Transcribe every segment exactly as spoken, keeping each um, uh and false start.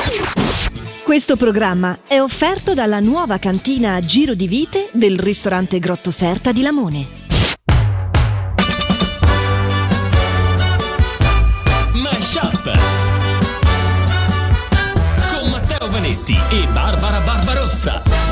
Questo programma è offerto dalla nuova cantina Giro di Vite del ristorante Grotto Serta di Lamone. Mashup con Matteo Vanetti e Barbara Barbarossa.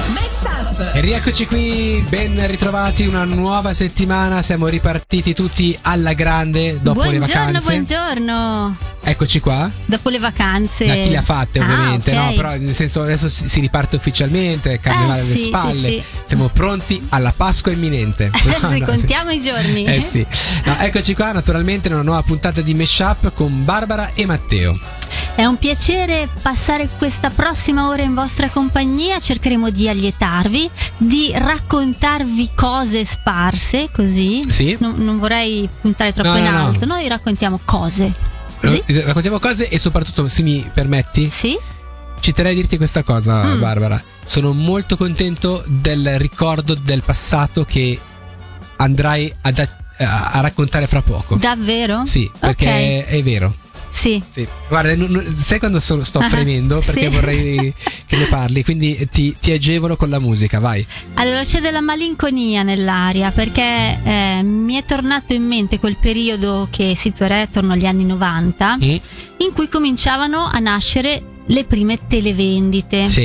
E rieccoci qui, ben ritrovati, una nuova settimana, siamo ripartiti tutti alla grande dopo buongiorno, le vacanze. Buongiorno, Eccoci qua. Dopo le vacanze. Da chi le ha fatte ovviamente, ah, okay. no? Però nel senso adesso si, si riparte ufficialmente, carnevale eh, alle sì, spalle, sì, sì. Siamo pronti alla Pasqua imminente. Eh sì, no, contiamo sì. i giorni. Eh sì. No, eccoci qua naturalmente in una nuova puntata di Mashup con Barbara e Matteo. È un piacere passare questa prossima ora in vostra compagnia. Cercheremo di allietarvi, di raccontarvi cose sparse, così. Sì. Non, non vorrei puntare troppo No, in no, no. alto. Noi raccontiamo cose. Così? Raccontiamo cose e soprattutto, se mi permetti, Sì. ci terrei a dirti questa cosa, Mm. Barbara. Sono molto contento del ricordo del passato che andrai ad a, a raccontare fra poco. Davvero? Sì, perché Ok. è vero. Sì. Sì. Guarda, non- non- sai quando so- sto Ah, fremendo? Perché sì. vorrei che ne parli, quindi ti, ti agevolo con la musica, vai. Allora c'è della malinconia nell'aria, perché eh, mi è tornato in mente quel periodo che situerei attorno agli anni novanta, Mm? in cui cominciavano a nascere le prime televendite. Sì.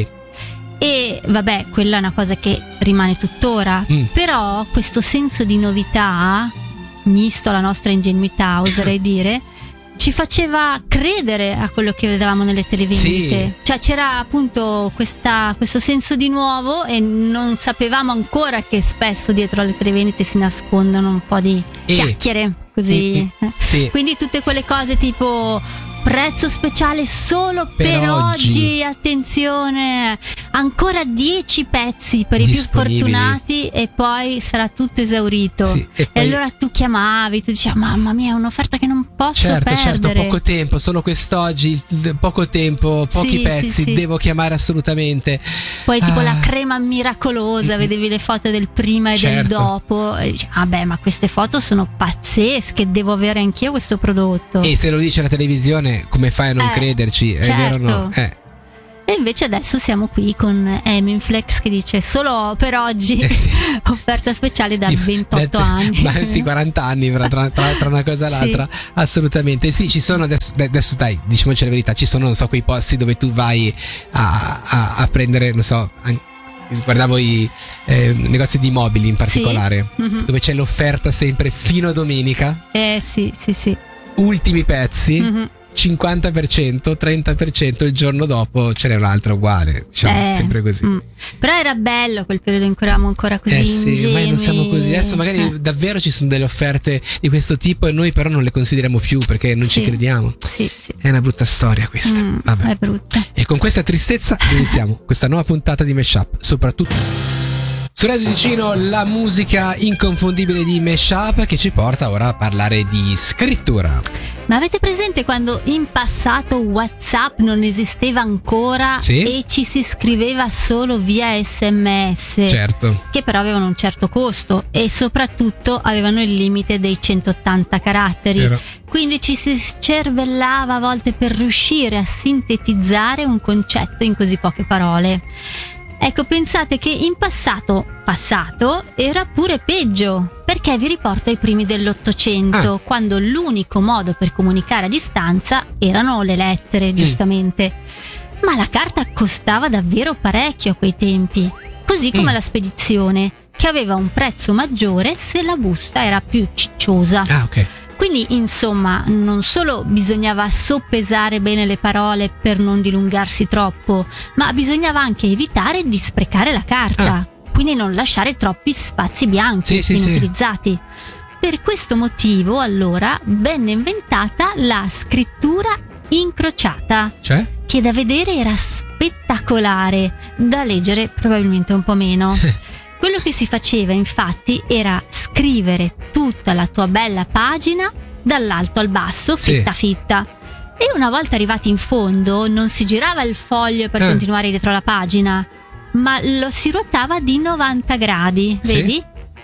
E vabbè, quella è una cosa che rimane tuttora, Mm. però questo senso di novità, misto alla nostra ingenuità, oserei dire, ci faceva credere a quello che vedevamo nelle televendite. Sì. Cioè c'era appunto questa, questo senso di nuovo e non sapevamo ancora che spesso dietro alle televendite si nascondono un po' di E- chiacchiere, così. Mm, mm, sì. Quindi tutte quelle cose tipo prezzo speciale solo per, Per oggi. oggi, attenzione, ancora dieci pezzi per i più Disponibili. fortunati e poi sarà tutto esaurito. Sì, e E poi- allora tu chiamavi, tu dicevi mamma mia, è un'offerta che non posso Certo, perdere. certo, poco tempo, solo quest'oggi, d- poco tempo, pochi Sì, pezzi, sì, sì. devo chiamare assolutamente. Poi tipo Ah. la crema miracolosa, Mm. vedevi le foto del prima e Certo. del dopo e dici, ah beh, ma queste foto sono pazzesche, devo avere anch'io questo prodotto. E se lo dice la televisione, come fai a non Eh, crederci? È certo. vero o no? Eh. E invece adesso siamo qui con Eminflex che dice solo per oggi Eh sì. offerta speciale da Di- ventotto da- anni. Ma sì, quaranta anni tra, tra- tra- tra una cosa e Sì. l'altra. Assolutamente. Sì, ci sono adesso, adesso dai, diciamoci la verità, ci sono, non so, quei posti dove tu vai a, a- a prendere, non so, an- guardavo i eh, negozi di mobili in particolare, Mhm. dove c'è l'offerta sempre fino a domenica, Eh sì, sì, sì. ultimi pezzi. Mhm. cinquanta per cento, trenta per cento il giorno dopo ce n'è un'altra uguale, diciamo, Eh, sempre così. mm. Però era bello quel periodo in cui eravamo ancora così Eh sì, ingenui. ormai non siamo così. Adesso magari Eh, davvero ci sono delle offerte di questo tipo e noi però non le consideriamo più perché non ci Sì. crediamo. Sì, sì. È una brutta storia questa. Mm, Vabbè. è brutta. E con questa tristezza iniziamo questa nuova puntata di Mashup, soprattutto su Radio Ticino, la musica inconfondibile di Mashup che ci porta ora a parlare di scrittura. Ma avete presente quando in passato WhatsApp non esisteva ancora Sì. e ci si scriveva solo via sms? Certo. Che però avevano un certo costo e soprattutto avevano il limite dei centottanta caratteri. Vero. Quindi ci si scervellava a volte per riuscire a sintetizzare un concetto in così poche parole. Ecco, pensate che in passato, passato, era pure peggio, perché vi riporto ai primi dell'Ottocento, Ah. quando l'unico modo per comunicare a distanza erano le lettere, giustamente. Ma la carta costava davvero parecchio a quei tempi, così come Mm. la spedizione, che aveva un prezzo maggiore se la busta era più cicciosa. Ah, ok. Quindi, insomma, non solo bisognava soppesare bene le parole per non dilungarsi troppo, ma bisognava anche evitare di sprecare la carta, quindi non lasciare troppi spazi bianchi Sì, sì, sì. inutilizzati. Per questo motivo, allora, venne inventata la scrittura incrociata, Cioè? che da vedere era spettacolare, da leggere probabilmente un po' meno. Quello che si faceva infatti era scrivere tutta la tua bella pagina dall'alto al basso, Sì. fitta fitta. E una volta arrivati in fondo non si girava il foglio per Eh. continuare dietro la pagina, ma lo si ruotava di novanta gradi, Sì. vedi?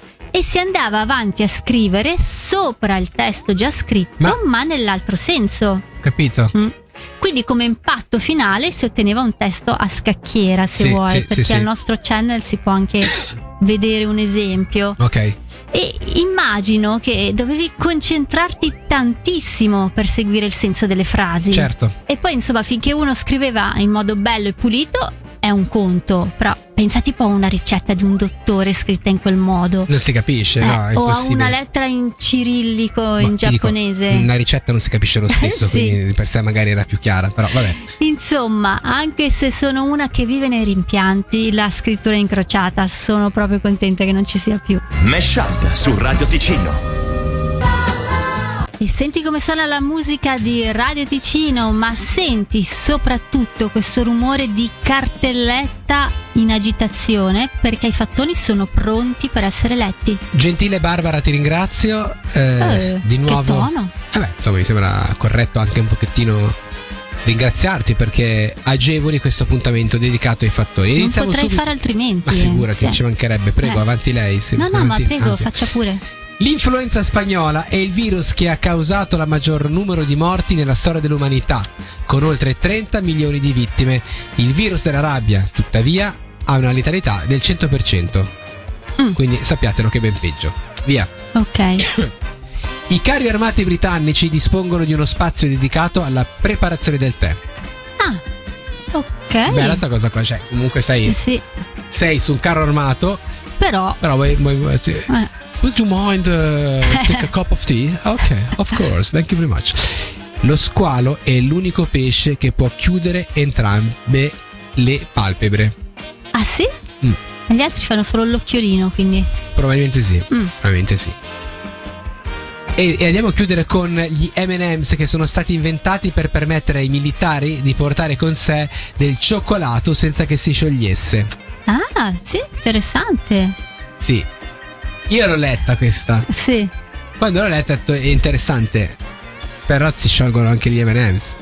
E si andava avanti a scrivere sopra il testo già scritto, Ma- ma, nell'altro senso. Capito? Mm. Quindi come impatto finale si otteneva un testo a scacchiera, se Sì, vuoi, sì, perché sì, al sì. nostro channel si può anche vedere un esempio. Ok. E immagino che dovevi concentrarti tantissimo per seguire il senso delle frasi. Certo. E poi insomma, finché uno scriveva in modo bello e pulito è un conto, però pensa tipo a una ricetta di un dottore scritta in quel modo. Non si capisce, Eh, no, è o a impossibile. una lettera in cirillico, Ma in ti dico, giapponese. una ricetta non si capisce lo stesso, Eh, sì. quindi di per sé magari era più chiara, però vabbè. Insomma, anche se sono una che vive nei rimpianti, la scrittura incrociata, sono proprio contenta che non ci sia più. Mashup su Radio Ticino. E senti come suona la musica di Radio Ticino, ma senti soprattutto questo rumore di cartelletta in agitazione, perché i fattoni sono pronti per essere letti. Gentile Barbara, ti ringrazio. Eh, Eh, di nuovo. che tono. Vabbè, insomma, mi sembra corretto anche un pochettino ringraziarti perché agevoli questo appuntamento dedicato ai fattori. Non Iniziamo potrei subito. fare altrimenti. Ma eh. figurati, Sì. ci mancherebbe. Prego, Eh. avanti lei. sì, No, no, avanti- ma prego, ah, sì. faccia pure. L'influenza spagnola è il virus che ha causato la maggior numero di morti nella storia dell'umanità, con oltre trenta milioni di vittime. Il virus della rabbia, tuttavia, ha una letalità del cento per cento. Mm. Quindi sappiatelo che è ben peggio. Via. Ok. I carri armati britannici dispongono di uno spazio dedicato alla preparazione del tè. Ah, ok. Bella sta cosa qua, cioè, comunque Eh sei, sì, sei su un carro armato, però però vuoi, vuoi- vuoi- sì. eh, Would you mind uh, take a cup of tea? Ok, of course, thank you very much. Lo squalo è l'unico pesce che può chiudere entrambe le palpebre. ah sì? Mm. E gli altri fanno solo l'occhiolino, quindi Probabilmente sì, Mm. probabilmente sì. E, e andiamo a chiudere con gli M and M's che sono stati inventati per permettere ai militari di portare con sé del cioccolato senza che si sciogliesse. ah, sì, interessante. Sì, io l'ho letta questa. Sì. Quando l'ho letta ho detto è interessante, però si sciolgono anche gli M and M's.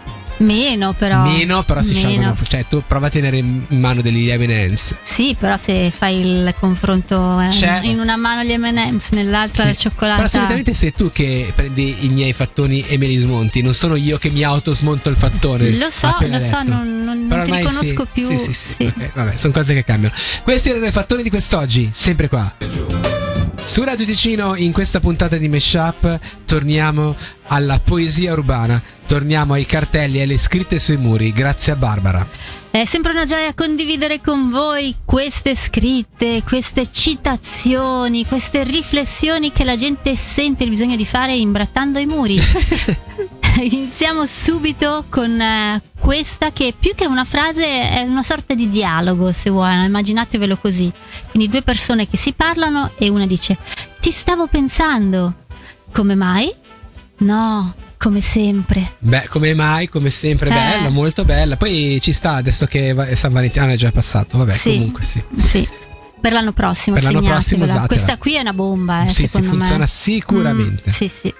Meno però. Meno, però si Meno. sciolgono. Cioè, tu prova a tenere in mano degli M and M's. Sì, però se fai il confronto eh, C'è- in una mano gli M and M's, nell'altra la cioccolata. Però solitamente sei tu che prendi i miei fattoni e me li smonti, non sono io che mi autosmonto il fattone. Lo so, appena lo so, detto. non, non, Però non ti ormai riconosco sì, più. Sì, sì, sì. Sì. Ok, vabbè, sono cose che cambiano. Questi erano i fattoni di quest'oggi, sempre qua. Su Radio Ticino, in questa puntata di Mashup, torniamo alla poesia urbana, torniamo ai cartelli e alle scritte sui muri, grazie a Barbara. È sempre una gioia condividere con voi queste scritte, queste citazioni, queste riflessioni che la gente sente il bisogno di fare imbrattando i muri. Iniziamo subito con eh, questa che più che una frase è una sorta di dialogo, se vuoi, no? Immaginatevelo così. Quindi due persone che si parlano e una dice: ti stavo pensando. Come mai? No, come sempre. Beh, come mai, come sempre, Eh. bella, molto bella. Poi ci sta adesso che va- San Valentino è già passato, vabbè, Sì. comunque sì. Sì. Per l'anno prossimo, Per l'anno segnatevela. prossimo usatela. Questa qui è una bomba, eh, Sì, sì, secondo funziona me. sicuramente. Mm, sì, sì.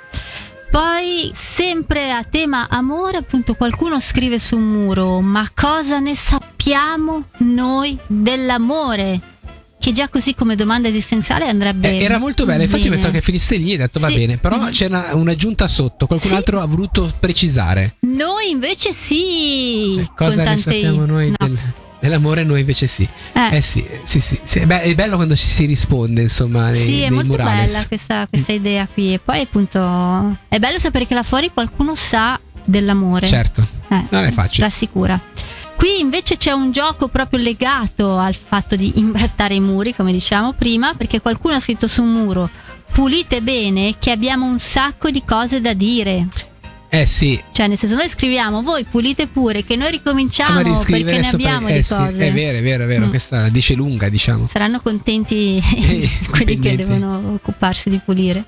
Poi, sempre a tema amore, appunto, qualcuno scrive su un muro: ma cosa ne sappiamo noi dell'amore? Che già così come domanda esistenziale andrebbe. Eh, era molto bella, infatti bene. pensavo che finisse lì e ho detto va Sì. bene, però Mhm. c'è una- un'aggiunta sotto, qualcun Sì. altro ha voluto precisare. Noi invece sì. Eh, Cosa con ne tante sappiamo I. noi No. del- dell'amore, noi invece sì. Eh. Eh sì, sì, sì, sì. È, be- è bello quando ci si risponde, insomma, nei, Sì, è nei molto murales. bella questa, questa idea qui. E poi, appunto, è bello sapere che là fuori qualcuno sa dell'amore. Certo, Eh, non è facile. rassicura. Qui invece c'è un gioco proprio legato al fatto di imbrattare i muri, come dicevamo prima, perché qualcuno ha scritto su un muro: pulite bene che abbiamo un sacco di cose da dire. Eh sì, Cioè, nel senso, noi scriviamo, voi pulite pure che noi ricominciamo ma perché riscrivere ne sopra- abbiamo eh di sì, cose. è vero, è vero, è vero, Mm. questa la dice lunga, diciamo. Saranno contenti Eh, quelli che dipendenti. devono occuparsi di pulire.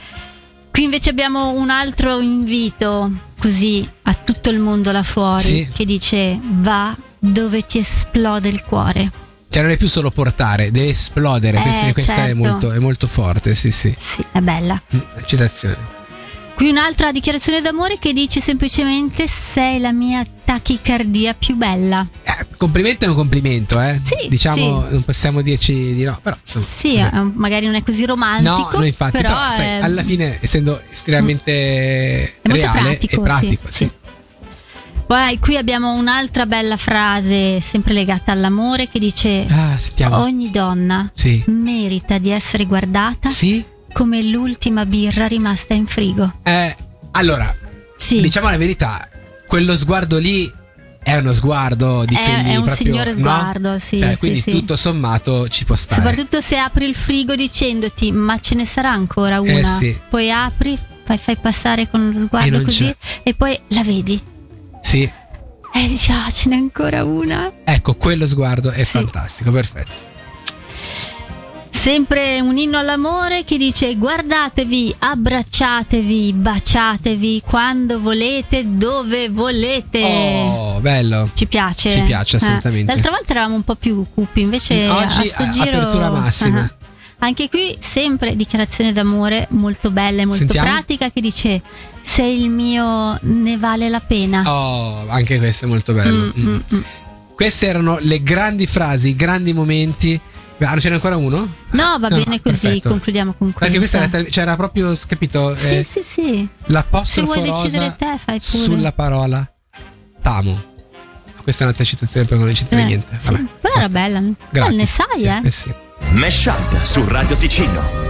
Qui invece abbiamo un altro invito, così, a tutto il mondo là fuori, Sì. che dice: va dove ti esplode il cuore. Cioè non è più solo portare, deve esplodere, Eh, questa, questa è, certo. molto, è molto forte, sì sì. Sì, è bella. Mm, citazione. Qui un'altra dichiarazione d'amore che dice semplicemente: sei la mia tachicardia più bella. Eh, complimento è un complimento, eh. Sì, diciamo, sì. non possiamo dirci di no, però insomma, Sì, vabbè. eh, magari non è così romantico. No, no, infatti, però, però sai, è, alla fine, essendo estremamente è molto reale pratico, e pratico, sì, sì. sì. Poi qui abbiamo un'altra bella frase, sempre legata all'amore, che dice: Ah, sentiamo. ogni donna Sì. merita di essere guardata Sì? come l'ultima birra rimasta in frigo. Eh, allora, Sì. diciamo la verità, quello sguardo lì è uno sguardo di È- quelli è un proprio, signore no? sguardo, sì, Cioè, sì, quindi sì. tutto sommato ci può stare. Soprattutto se apri il frigo dicendoti: ma ce ne sarà ancora una? Eh, sì. Poi apri, fai, fai passare con lo sguardo non così c'è. e poi la vedi Sì, e dici: ah, ce n'è ancora una. ecco, quello sguardo è Sì. fantastico, perfetto. Sempre un inno all'amore che dice: guardatevi, abbracciatevi, baciatevi quando volete, dove volete. Oh, bello. Ci piace? Ci piace, assolutamente. Eh. L'altra volta eravamo un po' più cupi, invece Oggi a sto a- giro apertura massima. Ah. Anche qui sempre dichiarazione d'amore molto bella e molto Sentiamo? pratica, che dice: sei il mio, ne vale la pena. Oh, anche questo è molto bello. Mm, mm, mm. Queste erano le grandi frasi, i grandi momenti. Ah, non c'era ancora uno? No, va No, bene così, perfetto. concludiamo con Perché questa questa. era, c'era proprio, capito? Sì, eh, sì, sì. L'apostrofo Se vuoi rosa decidere te, fai pure. sulla parola t'amo. Questa è un'altra citazione per non c'entra Eh, niente. sì, Vabbè. però era bella. Eh, Gratis. ne sai, eh? Eh sì. Mesh Up su Radio Ticino.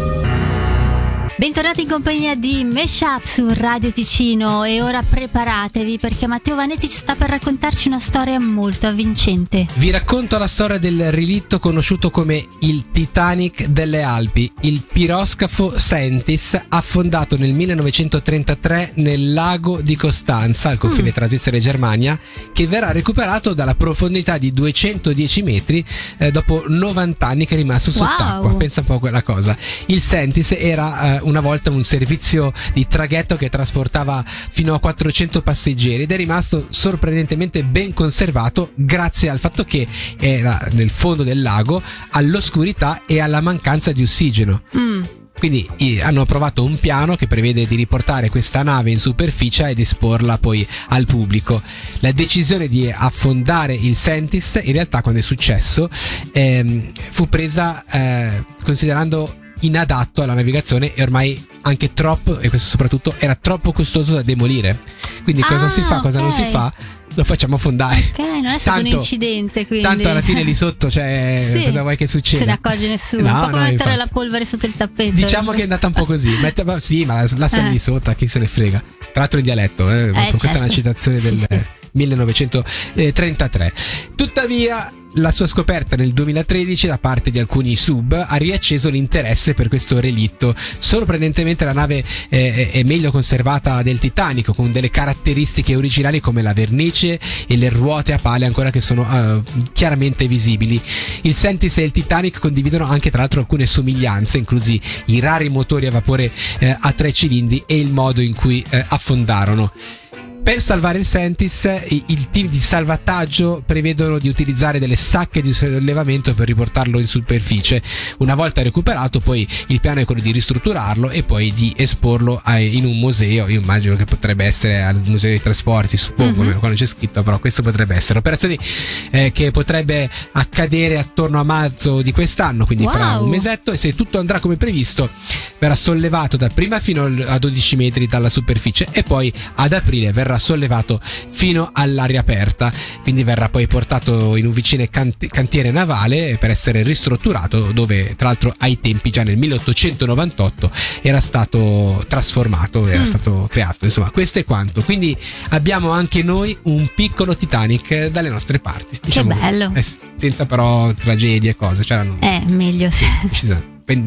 Bentornati in compagnia di Mesh Up su Radio Ticino, e ora preparatevi perché Matteo Vanetti sta per raccontarci una storia molto avvincente. Vi racconto la storia del relitto conosciuto come il Titanic delle Alpi, il piroscafo Sentis, affondato nel millenovecentotrentatré nel lago di Costanza, al confine Mm. tra Svizzera e Germania, che verrà recuperato dalla profondità di duecentodieci metri eh, dopo novanta anni che è rimasto Wow. sott'acqua. Pensa un po' a quella cosa. Il Sentis era eh, una volta un servizio di traghetto che trasportava fino a quattrocento passeggeri ed è rimasto sorprendentemente ben conservato grazie al fatto che era nel fondo del lago, all'oscurità e alla mancanza di ossigeno. Mm. Quindi eh, hanno approvato un piano che prevede di riportare questa nave in superficie ed esporla poi al pubblico. La decisione di affondare il Sentis, in realtà, quando è successo, ehm, fu presa eh, considerando inadatto alla navigazione e ormai anche troppo, e questo soprattutto, era troppo costoso da demolire. Quindi cosa Ah, si fa, cosa non si ok. fa? Lo facciamo affondare. Ok, non è stato Tanto- un incidente, quindi. Tanto alla fine lì sotto c'è, Sì. cosa vuoi che succeda? Se ne accorge nessuno. No, un po' come no, mettere infatti. la polvere sotto il tappeto. Diciamo che è andata un po' così. Mette, ma sì, ma la, la Eh. lì sotto, a chi se ne frega. Tra l'altro in dialetto, eh, questa certo. è una citazione Sì, del sì. eh, millenovecentotrentatré. Tuttavia, la sua scoperta nel duemilatredici da parte di alcuni sub ha riacceso l'interesse per questo relitto. Sorprendentemente la nave eh, è meglio conservata del Titanic, con delle caratteristiche originali come la vernice e le ruote a pale ancora che sono eh, chiaramente visibili. Il Sentis e il Titanic condividono anche tra l'altro alcune somiglianze, inclusi i rari motori a vapore eh, a tre cilindri e il modo in cui eh, affondarono. Per salvare il Sentis, i- il team di salvataggio prevedono di utilizzare delle sacche di sollevamento per riportarlo in superficie. Una volta recuperato, poi il piano è quello di ristrutturarlo e poi di esporlo a- in un museo. Io immagino che potrebbe essere al Museo dei Trasporti, suppongo, Mhm. qua non c'è scritto, però questo potrebbe essere. Operazioni eh, che potrebbe accadere attorno a marzo di quest'anno, quindi fra Wow. un mesetto, e se tutto andrà come previsto verrà sollevato da prima fino al- a dodici metri dalla superficie e poi ad aprile verrà sollevato fino all'aria aperta, quindi verrà poi portato in un vicino cant- cantiere navale per essere ristrutturato, dove tra l'altro ai tempi, già nel milleottocentonovantotto, era stato trasformato, era Mm. stato creato. Insomma, questo è quanto. Quindi abbiamo anche noi un piccolo Titanic dalle nostre parti, diciamo così. bello. Eh sì, senza però tragedie e cose, c'erano Eh, meglio. Sì. decisamente.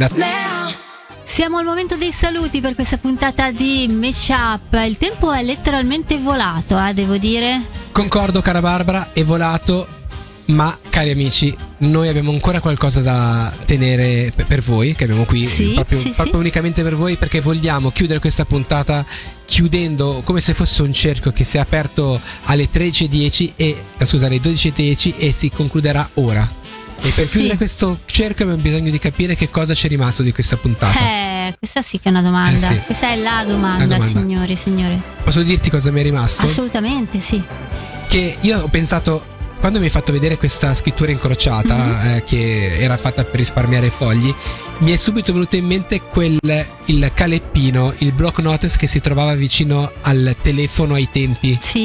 Siamo al momento dei saluti per questa puntata di Mesh Up. Il tempo è letteralmente volato, eh, devo dire. Concordo, cara Barbara, è volato, ma cari amici, noi abbiamo ancora qualcosa da tenere per, per voi, che abbiamo qui Sì, proprio, sì, proprio sì. unicamente per voi, perché vogliamo chiudere questa puntata chiudendo come se fosse un cerchio che si è aperto alle tredici e dieci e eh, scusa, alle dodici e dieci e si concluderà ora. E per Sì. chiudere questo cerchio abbiamo bisogno di capire che cosa c'è rimasto di questa puntata. Eh, questa sì che è una domanda. Eh, sì. Questa è la domanda, La domanda. signori e signore. Posso dirti cosa mi è rimasto? Assolutamente, sì. Che io ho pensato, quando mi hai fatto vedere questa scrittura incrociata, Mhm. eh, che era fatta per risparmiare i fogli, mi è subito venuto in mente quel il caleppino, il block notice che si trovava vicino al telefono ai tempi. Sì?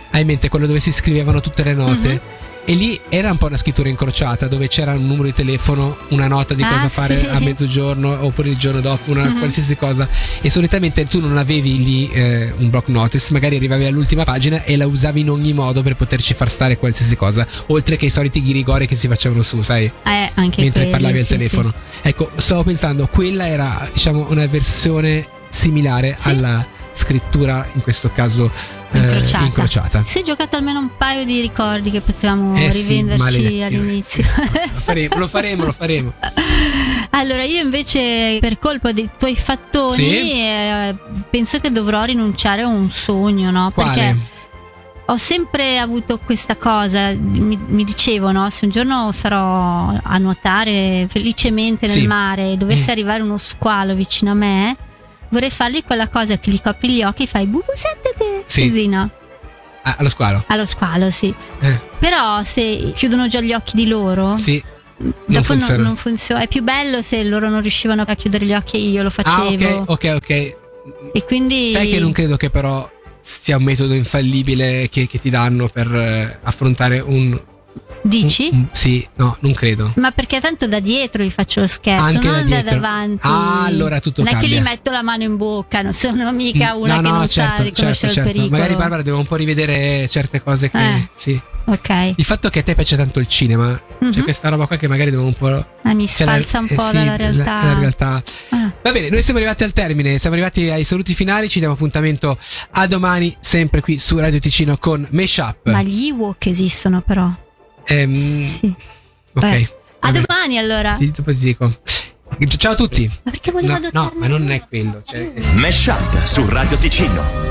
hai in mente quello dove si scrivevano tutte le note? Mhm. E lì era un po' una scrittura incrociata, dove c'era un numero di telefono, una nota di Ah, cosa fare sì. a mezzogiorno oppure il giorno dopo, una Mhm. qualsiasi cosa. E solitamente tu non avevi lì eh, un block notice, magari arrivavi all'ultima pagina e la usavi in ogni modo per poterci far stare qualsiasi cosa, oltre che i soliti ghirigori che si facevano su, sai, Eh, anche mentre quelli, parlavi al sì, telefono. Ecco, stavo pensando, quella era, diciamo, una versione similare Sì. alla scrittura, in questo caso sì. eh, Incrociata. incrociata. Si è giocato almeno un paio di ricordi che potevamo Eh sì, rivenderci maledetti, all'inizio. Lo faremo, lo faremo, lo faremo. Allora, io invece, per colpa dei tuoi fattoni, Sì. eh, penso che dovrò rinunciare a un sogno, no? Perché Quale? ho sempre avuto questa cosa, mi, mi dicevo, no? Se un giorno sarò a nuotare felicemente nel Sì. mare e dovesse Mm. arrivare uno squalo vicino a me, vorrei fargli quella cosa che gli copri gli occhi e fai bubu settete, Sì. così, no? Ah, allo squalo. Allo squalo, sì. Eh, Però se chiudono già gli occhi di loro, sì. dopo funziona. non, non funziona. È più bello se loro non riuscivano a chiudere gli occhi e io lo Ah, facevo. ok, ok, ok. E quindi Sai che non credo che però sia un metodo infallibile che, che ti danno per eh, affrontare un... dici? un- un- sì, no, non credo. Ma perché tanto da dietro gli faccio lo scherzo, Anche da non da, dietro. davanti. Ah, allora tutto non è che cambia. gli metto la mano in bocca, non sono mica una no, che no, non certo, sa riconoscere certo, il certo. pericolo. Magari Barbara devo un po' rivedere certe cose che... Eh. Sì. Ok. Il fatto che a te piace tanto il cinema, Mhm. c'è questa roba qua che magari devo un po'... Ah, mi c'è la- sfalza un eh po' sì, dalla la- realtà. la realtà. Ah. Va bene, noi siamo arrivati al termine, siamo arrivati ai saluti finali, ci diamo appuntamento a domani, sempre qui su Radio Ticino con Meshup. Ma gli Ewok esistono però. Ehm, Sì. ok. Eh. A vabbè. domani allora. Sì, dopo ti dico. Ciao a tutti. Ma perché volevo No, adottarmi? no, ma non è quello. Cioè, Meshup su Radio Ticino.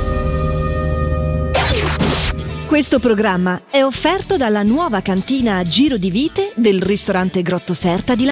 Questo programma è offerto dalla nuova cantina a Giro di Vite del ristorante Grotto Serta di